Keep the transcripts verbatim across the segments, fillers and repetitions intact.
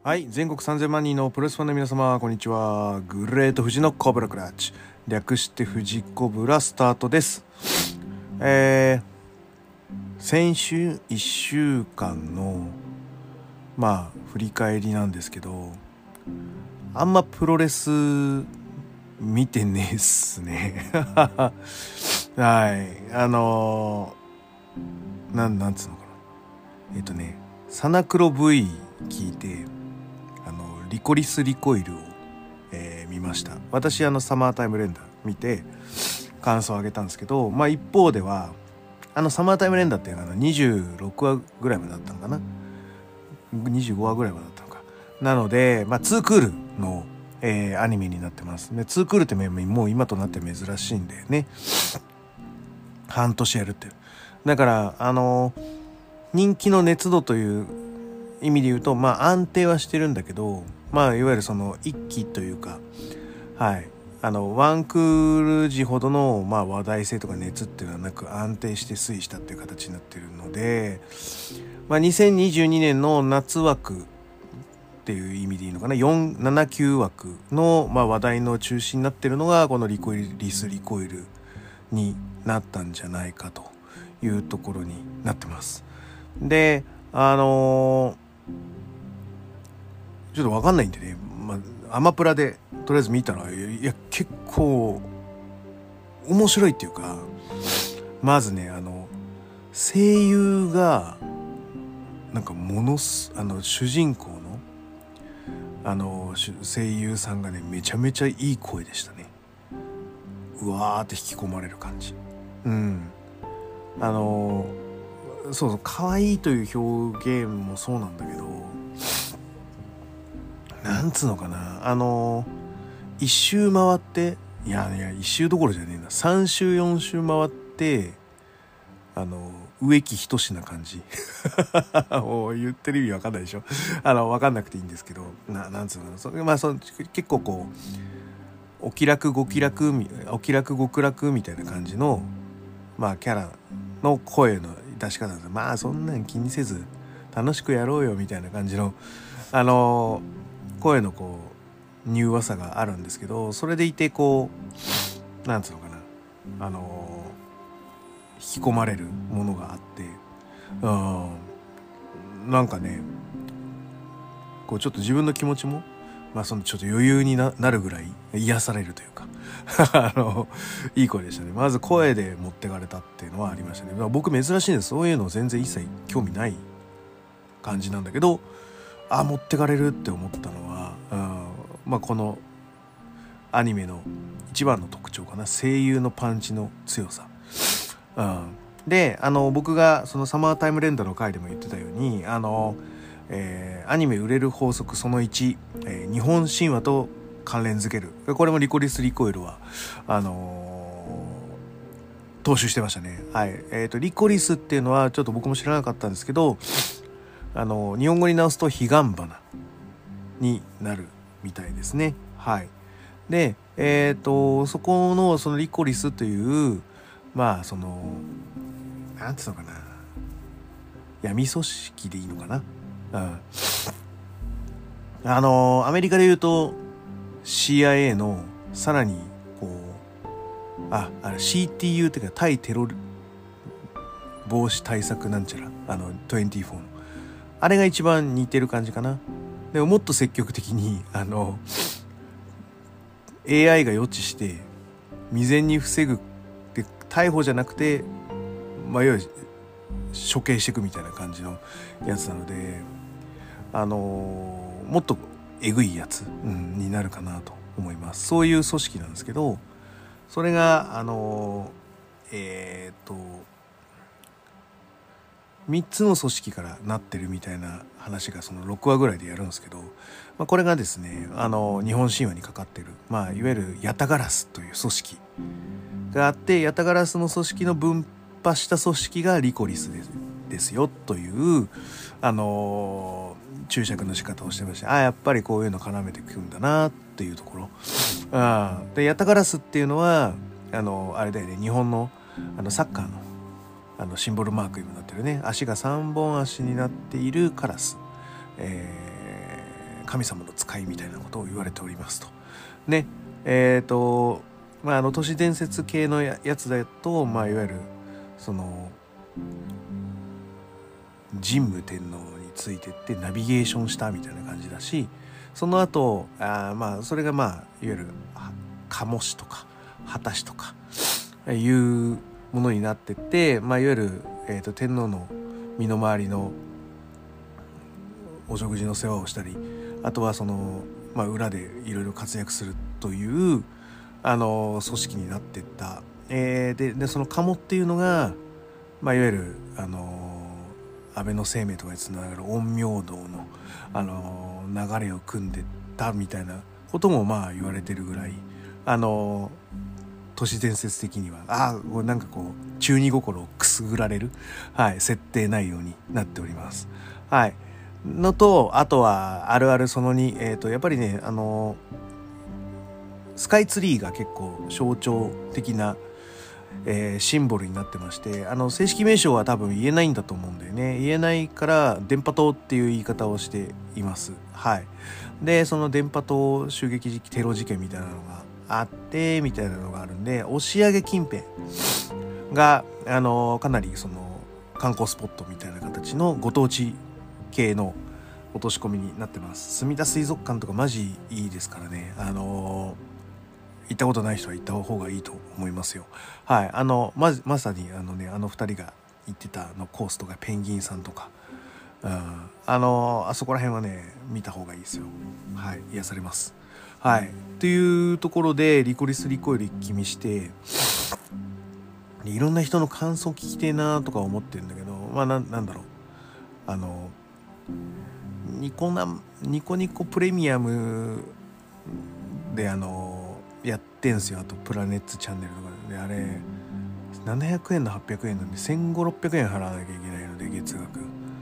はい、全国さんぜんまん人のプロレスファンの皆様、こんにちは。グレート富士のコブラクラッチ、略して富士コブラスタートです。えー、先週いっしゅうかんのまあ振り返りなんですけど、あんまプロレス見てねえっすね。はい、あのー、なんなんつうのかな、えっとねサナクロ V 聞いて、あのリコリスリコイルを、えー見ました。私あのサマータイム連打見て感想をあげたんですけど、まあ一方ではあのサマータイム連打っていうのはにじゅうろくわぐらいまでだったのかな、にじゅうごわぐらいまでだったのかなので、まあツークールの、えーアニメになってますね。ツークールってもう今となって珍しいんでね、半年やるっていう。だからあの人気の熱度という意味で言うと、まあ安定はしてるんだけど、まあいわゆるその一期というか、はい、あのワンクール時ほどの、まあ、話題性とか熱っていうのはなく安定して推移したっていう形になってるので、まあ、にせんにじゅうにねんの夏枠っていう意味でいいのかな、よん、なな、きゅう枠の、まあ、話題の中心になってるのがこのリコイリスリコイルになったんじゃないかというところになってます。で、あのーちょっと分かんないんでね、まあ、アマプラでとりあえず見たら、いや結構面白いっていうか、まずね、あの声優がなんかものすあの主人公のあの声優さんがね、めちゃめちゃいい声でしたね。うわーって引き込まれる感じ。うんあのそうそう、可愛いという表現もそうなんだけど、なんつうのかな、あの一周回って、いやいや一周どころじゃねえな、三周四周回って、あの植木仁な感じ。もう言ってる意味わかんないでしょ。あのわかんなくていいんですけど、ななんつうの、そまあそ結構こうお気楽ご気楽お気楽極楽みたいな感じの、まあキャラの声の出し方で、まあそんなん気にせず楽しくやろうよみたいな感じの、あの声のこう柔和さがあるんですけど、それでいてこうなんつうのかな、あの引き込まれるものがあって、うん、なんかね、こうちょっと自分の気持ちも、まあそのちょっと余裕に な, なるぐらい癒されるというかあのいい声でしたね。まず声で持ってかれたっていうのはありましたね。僕珍しいんです。そういうの全然一切興味ない感じなんだけど、あ、持ってかれるって思ったのは、うん、まあこのアニメの一番の特徴かな、声優のパンチの強さ。うん、で、あの僕がそのサマータイム連打の回でも言ってたように、あの、えー、アニメ売れる法則そのいち、えー、日本神話と関連づける。これもリコリスリコイルはあのー、踏襲してましたね。はい。えっとリコリスっていうのはちょっと僕も知らなかったんですけど、あの日本語に直すと彼岸花になるみたいですね。はい。で、えっとそこのそのリコリスというまあそのなんていうのかな、闇組織でいいのかな、うん、あのアメリカで言うと シーアイエー のさらにこうああれ シーティーユー っていうか対テロ防止対策なんちゃら、あのにじゅうよんのあれが一番似てる感じかな。でももっと積極的にあの エーアイ が予知して未然に防ぐって逮捕じゃなくて、まあ、いわゆる処刑していくみたいな感じのやつなので、あのー、もっとえぐいやつ、うん、になるかなと思います。そういう組織なんですけど、それがあのー、えー、っとみっつの組織からなってるみたいな話がそのろくわぐらいでやるんですけど、まあ、これがですね、あの日本神話にかかってる、まあ、いわゆるヤタガラスという組織があって、ヤタガラスの組織の分派した組織がリコリスですですよというあのー、注釈の仕方をしてまして、あ、やっぱりこういうの絡めてくんだなっていうところ。あで、ヤタガラスっていうのはあのあれだよね、日本のあのサッカーのあのシンボルマークにもなってるね、足がさんぼん足になっているカラス、え神様の使いみたいなことを言われておりますと。ね、えっとまああの都市伝説系の や, やつだと、まあいわゆるその神武天皇についてってナビゲーションしたみたいな感じだし、その後あまあそれがまあいわゆる鴨氏とか畑氏とかいうものになってって、まあいわゆる、えーと、天皇の身の回りのお食事の世話をしたり、あとはその、まあ、裏でいろいろ活躍するというあの組織になっていった、えー、で, でその鴨っていうのが、まあ、いわゆるあの安倍晴明とかにつながる陰陽道の、あの流れを組んでたみたいなこともまあ言われてるぐらい、あの都市伝説的にはああなんかこう中二心をくすぐられる、はい、設定内容になっております。はいのと、あとはあるあるそのに、えーとやっぱりねあのスカイツリーが結構象徴的な、えー、シンボルになってまして、あの正式名称は多分言えないんだと思うんだよね。言えないから電波塔っていう言い方をしています。はい。でその電波塔襲撃時期テロ事件みたいなのがあってみたいなのがあるんで、押上近辺があのかなりその観光スポットみたいな形のご当地系の落とし込みになってます。すみだ水族館とかマジいいですからね。あのー、行ったことない人は行った方がいいと思いますよ。はい、あの ま, まさにあのねあのふたりが行ってたのコースとかペンギンさんとか、うん、あのー、あそこら辺はね見た方がいいですよ。はい、癒されます。はい、というところでリコリスリコイル一気見していろんな人の感想聞きてえなとか思ってるんだけど、まあ な, なんだろうあのニコなニコニコプレミアムであのやってんすよ。あとプラネッツチャンネルとかで、あれななひゃくえんのはっぴゃくえんなんでせんごひゃくろっぴゃくえん払わなきゃいけないので、月額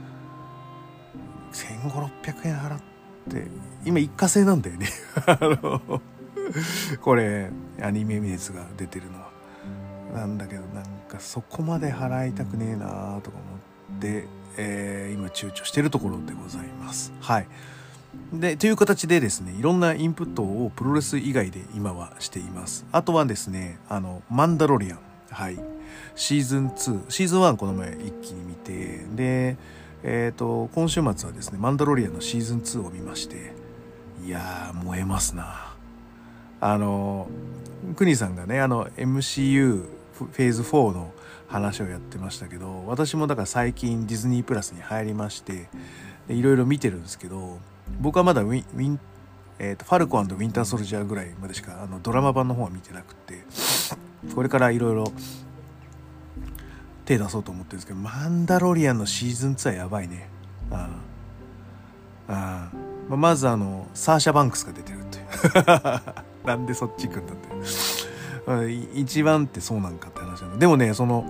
せんごひゃくろっぴゃくえん払って今一過性なんだよねあのこれアニメ熱が出てるのはなんだけど、なんかそこまで払いたくねえなとか思って、えー、今躊躇しているところでございます。はい。でという形でですね、いろんなインプットをプロレス以外で今はしています。あとはですね、あのマンダロリアン、はい、シーズンツー、シーズンワンこの前一気に見て、でえっと今週末はですねマンダロリアンのシーズンツーを見まして、いやー燃えますな。あのクニさんがねあの エムシーユー フェーズフォーの話をやってましたけど、私もだから最近ディズニープラスに入りましていろいろ見てるんですけど、僕はまだウィン、ウィンえー、とファルコ&ウィンターソルジャーぐらいまでしかあのドラマ版の方は見てなくて、これからいろいろ手出そうと思ってるんですけど、マンダロリアンのシーズンツーはやばいね。ああああ、まあ、まずあのサーシャ・バンクスが出てるっていうなんでそっち行くんだって一番ってそうなんかって話なんで、でもねその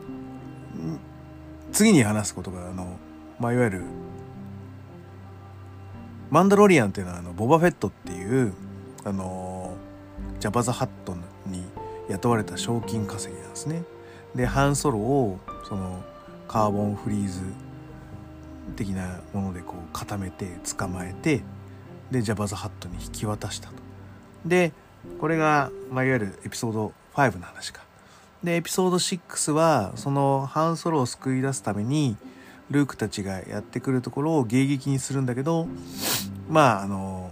次に話すことがあの、まあ、いわゆるマンダロリアンっていうのはあのボバフェットっていうあのジャバ・ザ・ハットに雇われた賞金稼ぎなんですね。でハンソロをそのカーボンフリーズ的なものでこう固めて捕まえて、でジャバ・ザ・ハットに引き渡したと。でこれが、まあ、いわゆるエピソードファイブの話か。でエピソードシックスはそのハンソロを救い出すためにルークたちがやってくるところを迎撃にするんだけど、まああの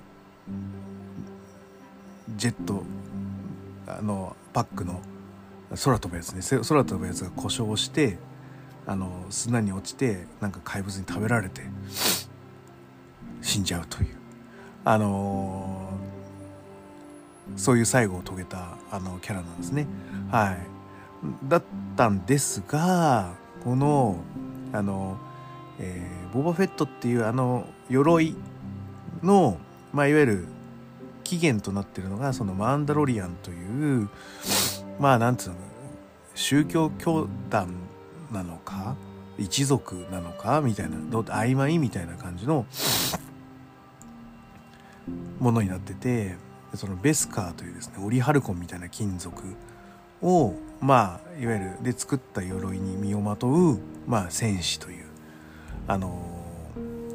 ジェットあのパックの空飛ぶやつね空飛ぶやつが故障してあの砂に落ちてなんか怪物に食べられて死んじゃうというあのー、そういう最後を遂げたあのキャラなんですね。はい。だったんですが、このあの、えー、ボバフェットっていうあの鎧の、まあ、いわゆる起源となっているのがそのマンダロリアンというまあなんつうの宗教教団なのか一族なのかみたいなどう曖昧みたいな感じのものになってて、そのベスカーというですねオリハルコンみたいな金属をまあいわゆるで作った鎧に身をまとうまあ戦士というあの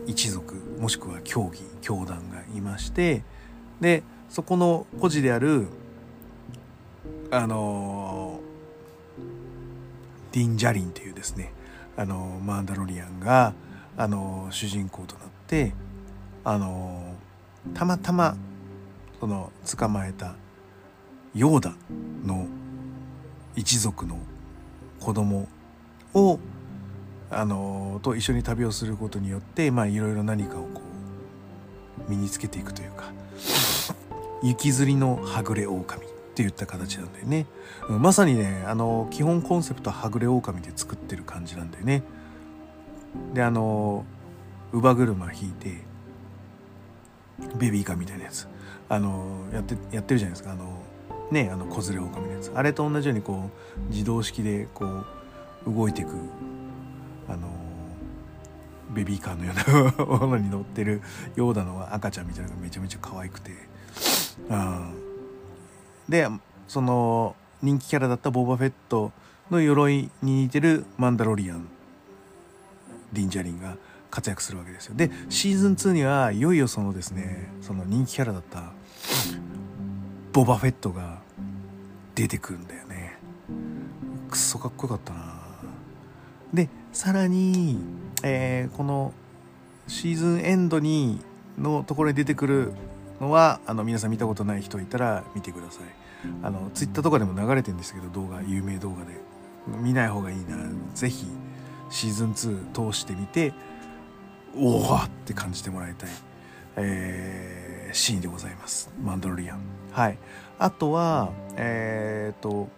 一族もしくは教義教団がいまして、でそこの孤児であるあのディン・ジャリンというですねあのマンダロリアンがあの主人公となってあのたまたまその捕まえたヨーダの一族の子供をあのと一緒に旅をすることによってまあいろいろ何かをこう身につけていくというか、雪吊りのはぐれ狼っていった形なんだよね。まさにねあの基本コンセプトははぐれ狼で作ってる感じなんだよね。であの乳母車引いてベビーカーみたいなやつあのやってやってるじゃないですか、あのねあの子連れ狼のやつ、あれと同じようにこう自動式でこう動いていくあのベビーカーのようなものに乗ってるヨーダの赤ちゃんみたいなのがめちゃめちゃ可愛くて、あでその人気キャラだったボーバ・フェットの鎧に似てるマンダロリアンディン・ジャリンが活躍するわけですよ。でシーズンツーにはいよいよそのですねその人気キャラだったボバ・フェットが出てくるんだよね。くっそかっこよかったな。でさらに、えー、このシーズンエンドにのところに出てくるのはあの皆さん見たことない人いたら見てください。あのツイッターとかでも流れてるんですけど、動画有名動画で見ない方がいいな、ぜひシーズンツー通してみておおって感じてもらいたい、えー、シーンでございます。マンダロリアン。はい。あとはえっ、ー、と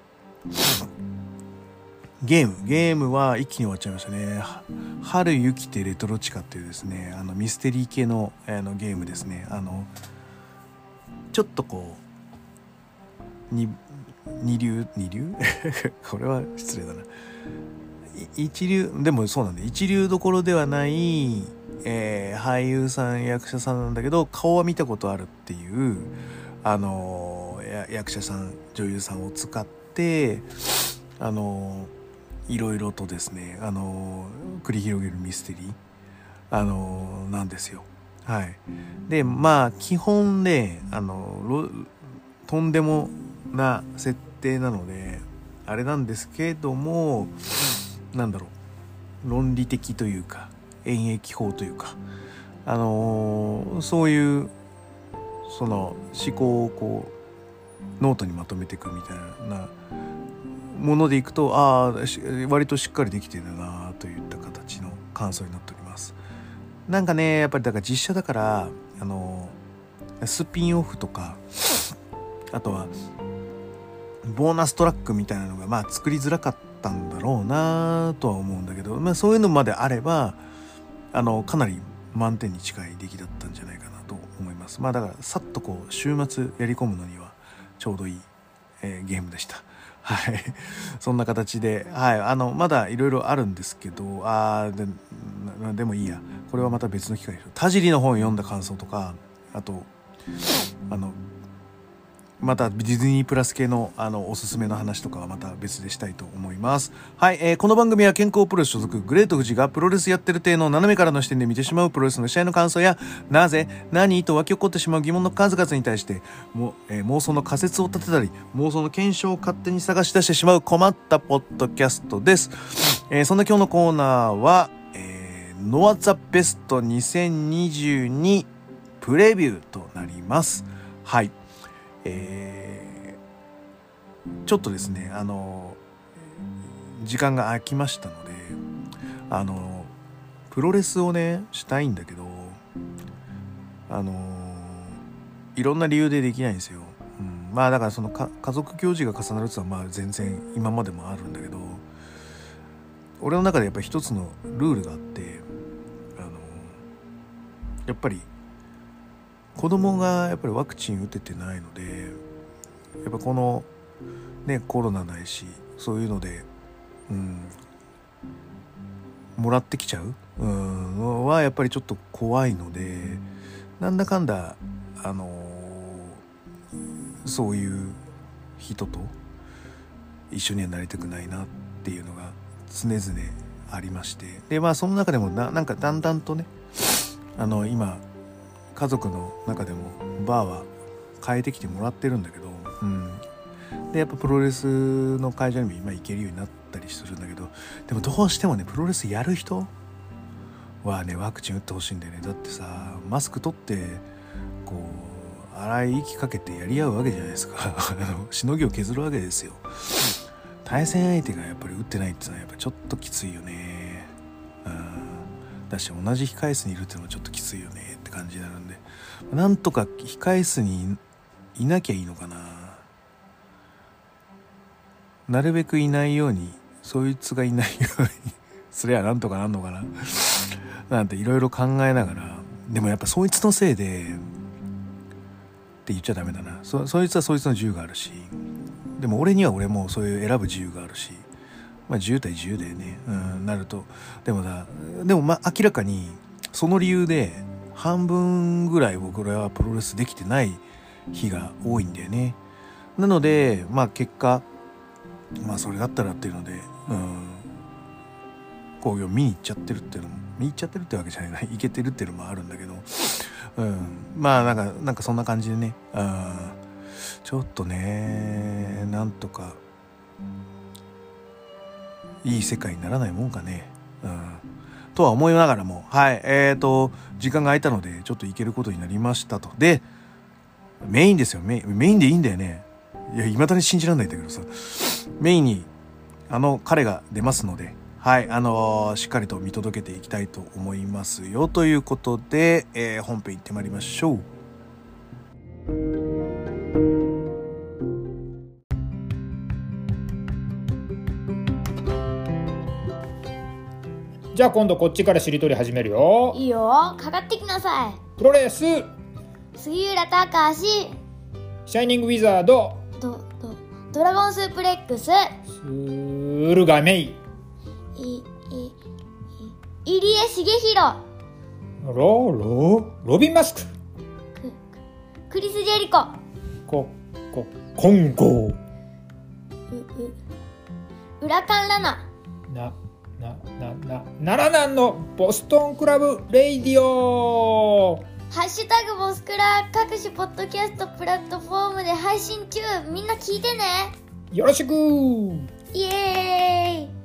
ゲームゲームは一気に終わっちゃいましたね。春雪てレトロチカっていうですねあのミステリー系の、あのゲームですね。あのちょっとこうに二流二流これは失礼だな。一流でもそうなんで一流どころではない、えー、俳優さん役者さんなんだけど顔は見たことあるっていうあのー、役者さん女優さんを使ってあのー、いろいろとですねあのー、繰り広げるミステリーあのー、なんですよ。はい。でまあ基本ねあのとんでもな設定なのであれなんですけども、なんだろう論理的というか演疫法というかあのー、そういうその思考をこうノートにまとめていくみたいなものでいくとああ割としっかりできてるなといった形の感想になっております。なんかねやっぱりだから実写だからあのー、スピンオフとかあとはボーナストラックみたいなのがまあ作りづらかったんだろうなとは思うんだけど、まあ、そういうのまであればあのかなり満点に近い出来だったんじゃないかなと思います。まあだからさっとこう週末やり込むのにはちょうどいい、えー、ゲームでした。はい、そんな形で、はい、あのまだいろいろあるんですけど、あででもいいや、これはまた別の機会でしょ。田尻の本読んだ感想とか、あとあのまたディズニープラス系のあのおすすめの話とかはまた別でしたいと思います。はい、えー、この番組は健康プロレス所属グレート富士がプロレスやってる体の斜めからの視点で見てしまうプロレスの試合の感想やなぜ何と湧き起こってしまう疑問の数々に対しても、えー、妄想の仮説を立てたり妄想の検証を勝手に探し出してしまう困ったポッドキャストです。えー、そんな今日のコーナーは、えー、ノアザベストにせんにじゅうにプレビューとなります。はい。えー、ちょっとですねあの時間が空きましたのであのプロレスをねしたいんだけどあのいろんな理由でできないんですよ、うん、まあだからそのか家族行事が重なるっていうのはまあ全然今までもあるんだけど俺の中でやっぱり一つのルールがあってあのやっぱり子供がやっぱりワクチン打ててないのでやっぱこのねコロナないしそういうので、うん、もらってきちゃう、うん、のはやっぱりちょっと怖いのでなんだかんだあのー、そういう人と一緒にはなりたくないなっていうのが常々ありましてでまあその中でもな、なんかだんだんとねあの今家族の中でもバーは変えてきてもらってるんだけど、うん、でやっぱプロレスの会場にも今行けるようになったりするんだけど、でもどうしてもねプロレスやる人はねワクチン打ってほしいんだよね。だってさマスク取ってこう荒い息かけてやり合うわけじゃないですかしのぎを削るわけですよ。対戦相手がやっぱり打ってないってのはやっぱちょっときついよね。うんだし同じ控え室にいるってのもちょっときついよねって感じになるんで、なんとか控え室にいなきゃいいのかな。なるべくいないように、そいつがいないようにすりゃなんとかなんのかななんていろいろ考えながら、でもやっぱそいつのせいでって言っちゃダメだな。 そ, そいつはそいつの自由があるし、でも俺には俺もそういう選ぶ自由があるし、まあ自由対自由だよね、うん、なると。でもだでもまあ明らかにその理由で半分ぐらい僕らはプロレスできてない日が多いんだよね。なのでまあ結果まあそれだったらっていうので、うん、興行見に行っちゃってるっていうのも見に行っちゃってるってわけじゃないな、行けてるっていうのもあるんだけど、うん、まあなんかなんかそんな感じでね、うん、ちょっとねなんとかいい世界にならないもんかね、うん、とは思いながらも、はいえーと時間が空いたのでちょっと行けることになりましたと。でメインですよ、メイン、メインでいいんだよね。いや未だに信じられないんだけどさ、メインにあの彼が出ますので、はいあのー、しっかりと見届けていきたいと思いますよということで、えー、本編行ってまいりましょう。 じゃあ今度こっちからしりとり始めるよ。 いいよ、かかってきなさい。 プロレス、 杉浦隆史、 シャイニングウィザード、 ドドドラゴンスープレックス、 駿河メイ、 いいい入江茂弘、 ロロロビンマスク、 ククリス・ジェリコ、 コココンゴ、 うう浦勘ラナ、 なななな奈良南のボストンクラブレイディオ、 ハッシュタグボスクラ、各種ポッドキャストプラットフォームで配信中。みんな聞いてね。 よろしく。 イエーイ。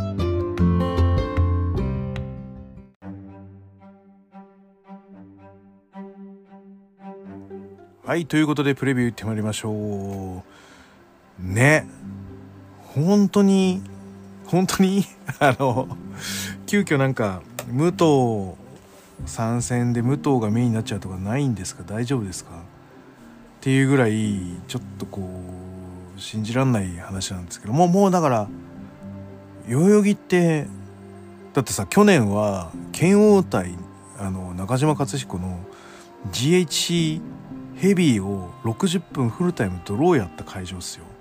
はいということでプレビューいってまいりましょうね。本当に本当にあの急遽なんか武藤参戦で武藤がメインになっちゃうとかないんですか、大丈夫ですかっていうぐらいちょっとこう信じらんない話なんですけども、もうだから代々木ってだってさ、去年は拳王対あの中島克彦の ジーエイチシー ヘビーをろくじゅっぷんフルタイムドローやった会場っすよ。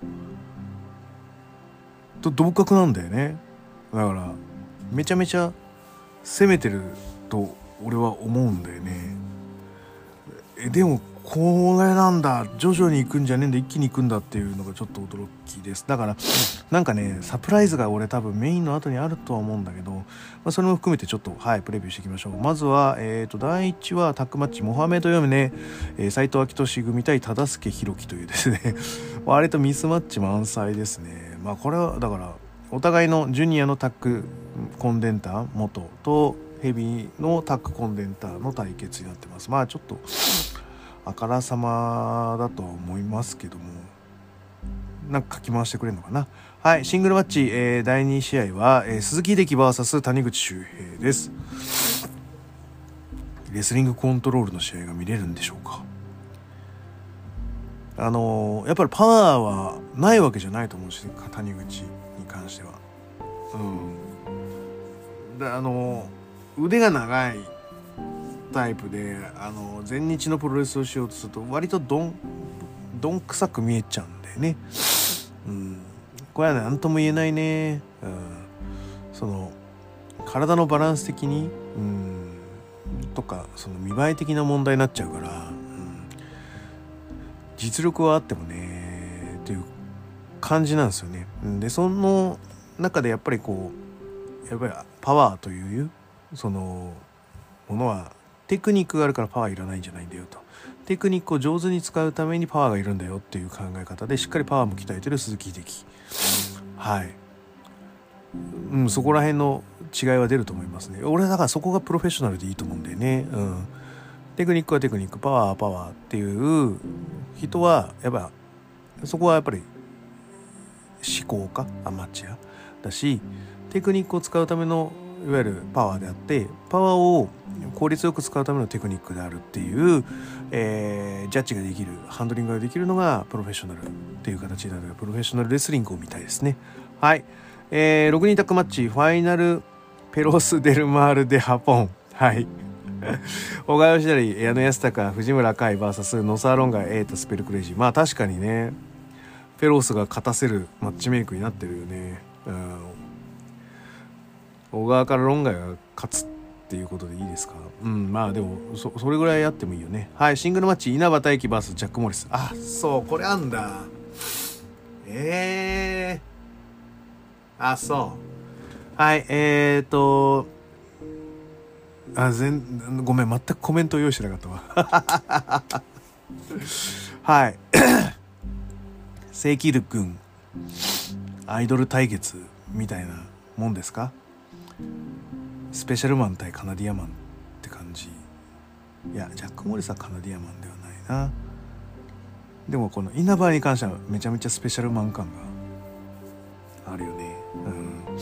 と同格なんだよね。だからめちゃめちゃ攻めてると俺は思うんだよね。えでもこれなんだ、徐々に行くんじゃねえんだ、一気に行くんだっていうのがちょっと驚きです。だからなんかねサプライズが俺多分メインの後にあるとは思うんだけど、まあ、それも含めてちょっとはいプレビューしていきましょう。まずはえーとだいいちはタッグマッチモハメドヨムね、えー、斉藤明俊組対忠助弘樹というですね割とミスマッチ満載ですね。まあこれはだからお互いのジュニアのタッグコンデンター元とヘビーのタッグコンデンターの対決になってます。まあちょっとあからさまだとは思いますけども、なんかかき回してくれるのかな。はい、シングルマッチ、えー、だいに試合は、えー、鈴木秀樹 ブイエス 谷口周平です。レスリングコントロールの試合が見れるんでしょうか。あのー、やっぱりパワーはないわけじゃないと思うし、谷口に関しては、うん、であのー、腕が長いタイプで、あの前日のプロレスをしようとすると割とどんどんくさく見えちゃうんだよね。うん、これは何とも言えないね。うん、その体のバランス的に、うん、とかその見栄え的な問題になっちゃうから、うん、実力はあってもねっていう感じなんですよね。でその中でやっぱりこうやっぱりパワーというそのものはテクニックがあるからパワーいらないんじゃないんだよと。テクニックを上手に使うためにパワーがいるんだよっていう考え方でしっかりパワーも鍛えてる鈴木秀樹。はい、うん、そこら辺の違いは出ると思いますね。俺だからそこがプロフェッショナルでいいと思うんだよね。うん、テクニックはテクニック、パワーはパワーっていう人はやっぱそこはやっぱり思考家アマチュアだし、テクニックを使うためのいわゆるパワーであって、パワーを効率よく使うためのテクニックであるっていう、えー、ジャッジができる、ハンドリングができるのがプロフェッショナルっていう形になるので、プロフェッショナルレスリングを見たいですね。はい、えー、ろくにんタッグマッチファイナルペロス・デルマール・デ・ハポン。はい小川義成、矢野康隆、藤村海 ブイエス ノサーロンガ、エータ、スペルクレイジー。まあ確かにね、ペロスが勝たせるマッチメイクになってるよね。うん、小川からロンガが勝つっていうことでいいですか。うん、まあでも そ, それぐらいやってもいいよね。はい、シングルマッチ稲葉大輝 ブイエス ジャック・モリス。あ、そうこれあんだ。えー、あ、そうはい、えーとあ全ごめん、全くコメント用意してなかったわはい正規ル君アイドル対決みたいなもんですか。スペシャルマン対カナディアマンって感じ。いやジャック・モリスはカナディアマンではないな。でもこの稲葉に関してはめちゃめちゃスペシャルマン感があるよね。うん、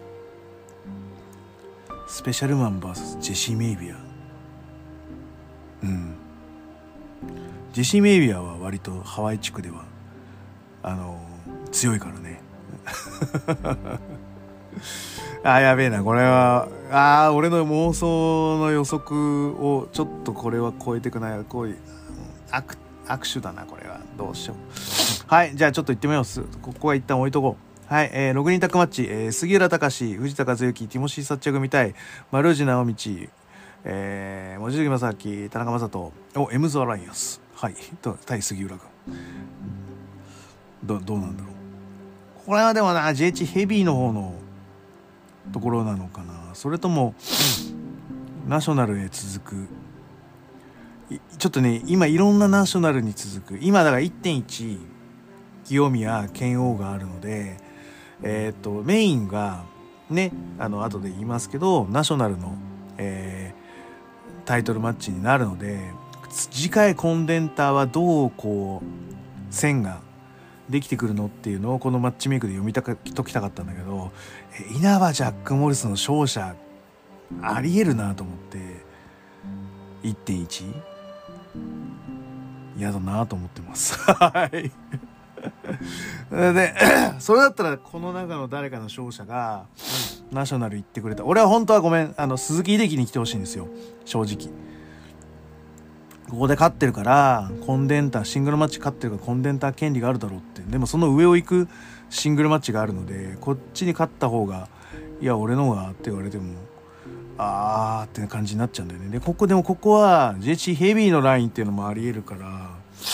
スペシャルマン ブイエス ジェシー・メイビア。うん、ジェシー・メイビアは割とハワイ地区ではあの強いからねあ、やべえなこれは。あー、俺の妄想の予測をちょっとこれは超えてくない。こういう悪握手だなこれは。どうしようはい、じゃあちょっと行ってみます。ここは一旦置いとこう。はい、えー、ろくにんタッグマッチ、えー、杉浦隆、藤田和幸、ティモシー・サッチャ組対丸藤直道、えー、望月正明、田中将人、おエムズアライアンス、はい、対杉浦君。どどうなんだろう。これはでもな ジェイエイチ ヘビーの方のところなのかな、それともナショナルへ続く。ちょっとね今いろんなナショナルに続く、今だから いってんいち 清宮剣王があるので、えっとメインがね、あの後で言いますけどナショナルの、えー、タイトルマッチになるので、次回コンデンターはどうこう線ができてくるのっていうのをこのマッチメイクで読みたくときたかったんだけど、稲葉ジャック・モリスの勝者ありえるなと思って いってんいち 嫌だなと思ってますはいでそれだったらこの中の誰かの勝者がナショナル行ってくれた。俺は本当はごめん、あの鈴木秀樹に来てほしいんですよ正直。ここで勝ってるからコンデンターシングルマッチ勝ってるからコンデンター権利があるだろうって。でもその上を行くシングルマッチがあるので、こっちに勝った方がいや俺の方がって言われてもあーって感じになっちゃうんだよね。でここでもここは ジェイエイチ ヘビーのラインっていうのもありえるから、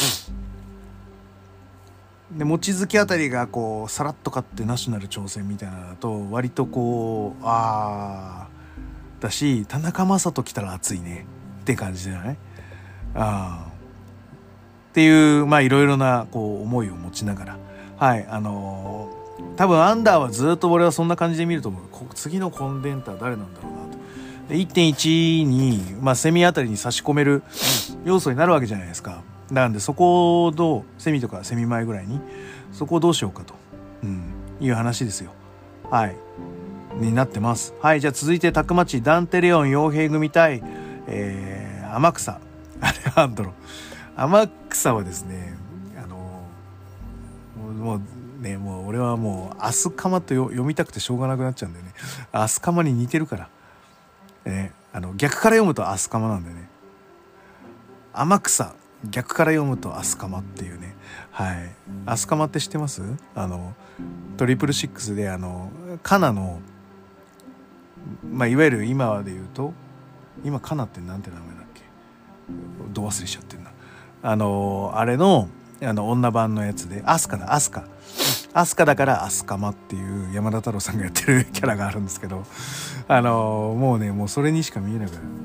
で望月あたりがこうさらっと勝ってナショナル挑戦みたいなのだと割とこうあーだし、田中将人来たら熱いねって感じじゃない。あっていうまあいろいろなこう思いを持ちながら、はいあのー、多分アンダーはずっと俺はそんな感じで見ると思う。次のコンデンター誰なんだろうなと。で いってんいち に、まあ、セミあたりに差し込める要素になるわけじゃないですか。なんでそこをどうセミとかセミ前ぐらいにそこをどうしようかと、うん、いう話ですよ。はいになってます。はい、じゃあ続いてタッグマッチダンテレオン傭兵組対、えー、天草アレハンドロ。天草はですね、あのもうねもう俺はもうアスカマと読みたくてしょうがなくなっちゃうんだよね。アスカマに似てるから、ね、あの逆から読むとアスカマなんだよね。天草逆から読むとアスカマっていうね。はい、アスカマって知ってます？あのトリプルシックスであのカナのまあいわゆる今で言うと今カナってなんて名前だっけ、ど忘れしちゃってるな。あのあれのあの女版のやつでアスカだアスカアスカだからアスカマっていう山田太郎さんがやってるキャラがあるんですけど、あのもうねもうそれにしか見えなくなる。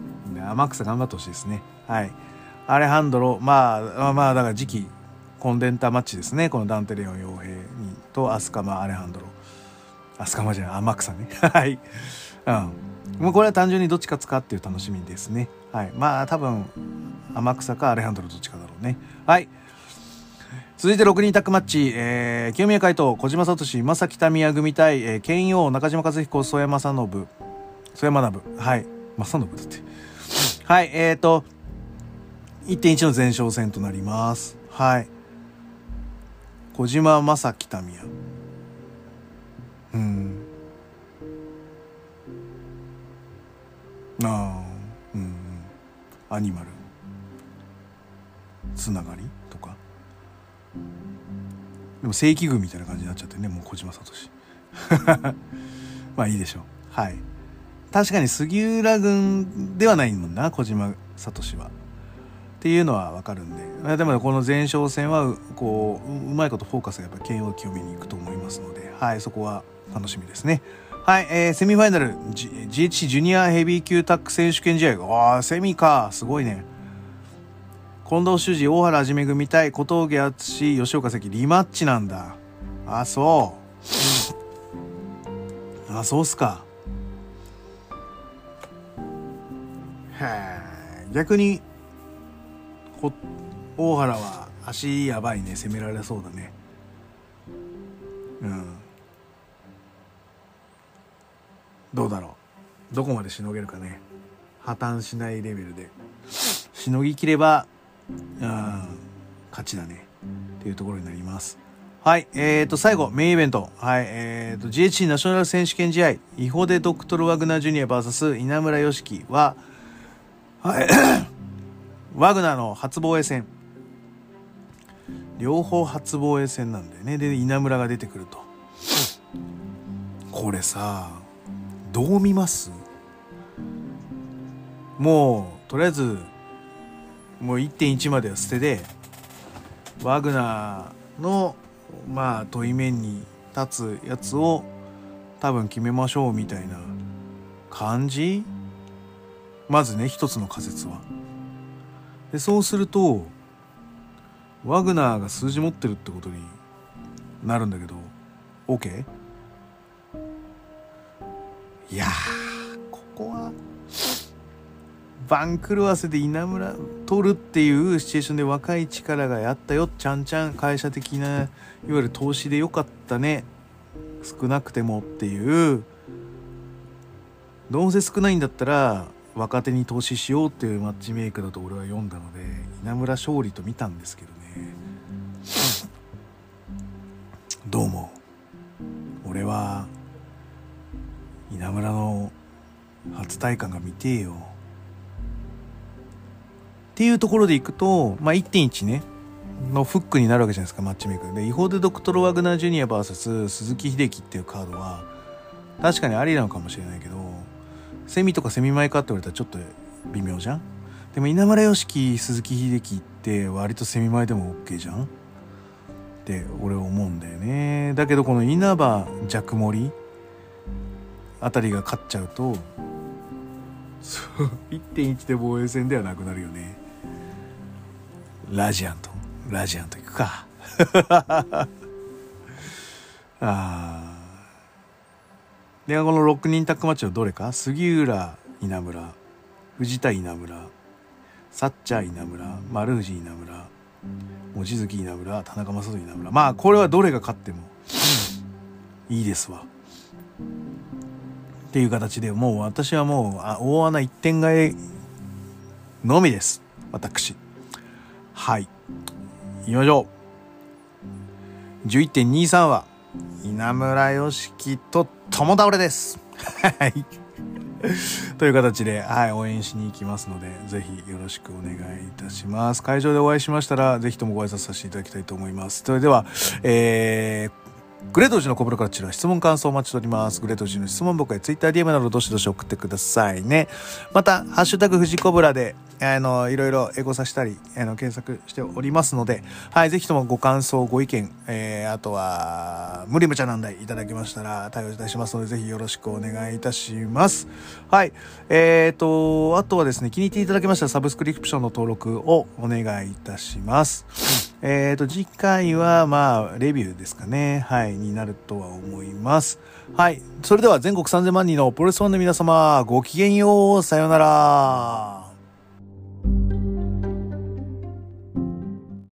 天草頑張ってほしいですね。はい。アレハンドロ、まあ、まあ、だから次期コンデンタマッチですね。このダンテレオン傭兵にとアスカマアレハンドロ。アスカマじゃない、天草ね。はい。うん。もうこれは単純にどっち勝つかっていう楽しみですね。はい。まあ、多分、天草かアレハンドロどっちかだろうね。はい。続いてろくにんタッグマッチ、えー、清宮海斗、小島聡、正木民也組対、えー、剣王、中島和彦、曽山正信、曽山学、はい。正信だって。はい、えーと、いってんいち の前哨戦となります。はい。小島正木民也。うん。ああ、うん。アニマル。つながりとか。でも正規軍みたいな感じになっちゃってね、もう小島聡。まあいいでしょう。はい。確かに杉浦軍ではないもんな、小島聡は。っていうのはわかるんで。でもこの前哨戦は、こう、うまいことフォーカスがやっぱり剣を清めに行くと思いますので、はい、そこは楽しみですね。はい、えー、セミファイナル、G、ジーエイチシー ジュニアヘビー級タッグ選手権試合。ああ、セミか。すごいね。近藤修二、大原はじめ組対小峠敦、吉岡関、リマッチなんだ。あ、そう。あ、そうっすか。へえ。逆に、こ大原は足やばいね。攻められそうだね。うん。どうだろう。どこまでしのげるかね。破綻しないレベルで。しのぎきれば、うん、勝ちだね。っていうところになります。はい。えーと、最後、メインイベント。はい。えーと、ジーエイチシー ナショナル選手権試合。イホデ・ドクトル・ワグナー・ジュニア ブイエス 稲村良樹は、はい。ワグナーの初防衛戦。両方初防衛戦なんだよね。で、稲村が出てくると。これさ、どう見ます？もう、とりあえず、もう いってんいち までは捨てで、ワグナーの、まあ、問い面に立つやつを多分決めましょうみたいな感じ？まずね、一つの仮説は。で、そうすると、ワグナーが数字持ってるってことになるんだけど、OK？ いやー、ここは、番狂わせで稲村取るっていうシチュエーションで若い力がやったよ、ちゃんちゃん会社的ないわゆる投資でよかったね、少なくてもっていう、どうせ少ないんだったら若手に投資しようっていうマッチメイクだと俺は読んだので、稲村勝利と見たんですけどね。どうも俺は稲村の初体感が見てえよっていうところでいくと、まあ、いってんいち ねのフックになるわけじゃないですか、マッチメイクで。イホデ・ドクトル・ワグナー・ジュニア ブイエス 鈴木秀樹っていうカードは確かにありなのかもしれないけど、セミとかセミ前かって言われたらちょっと微妙じゃん。でも稲村良樹、鈴木秀樹って割とセミ前でも OK じゃんって俺は思うんだよね。だけどこの稲葉ジャクモリあたりが勝っちゃうと、そう いってんいち で防衛戦ではなくなるよね。ラジアントラジアントいくかあではこのろくにんタッグマッチのどれか、杉浦稲村、藤田稲村、サッチャー稲村、丸藤稲村、望月稲村、田中正人稲村、まあこれはどれが勝ってもいいですわっていう形で、もう私はもうあ大穴一点買いのみです、私。はい、行きましょう。 じゅういってんにさん は稲村良樹と共倒れですはいという形で、はい、応援しに行きますので、ぜひよろしくお願いいたします。会場でお会いしましたらぜひともご挨拶させていただきたいと思います。それでは、えー、 グレート富士のコブラクラッチの質問感想をお待ちしております。グレート富士の質問僕へツイッター ディーエム などどしどし送ってくださいね。また、ハッシュタグ富士コブラで、あの、いろいろエゴさしたり、あの、検索しておりますので、はい、ぜひともご感想、ご意見、えー、あとは、無理無茶難題いただけましたら対応いたしますので、ぜひよろしくお願いいたします。はい、えーと、あとはですね、気に入っていただけましたらサブスクリプションの登録をお願いいたします。えーと、次回は、まあ、レビューですかね。はい、になるとは思います。はい。それでは全国さんぜんまん人のプロレスファンの皆様、ごきげんよう。さようなら。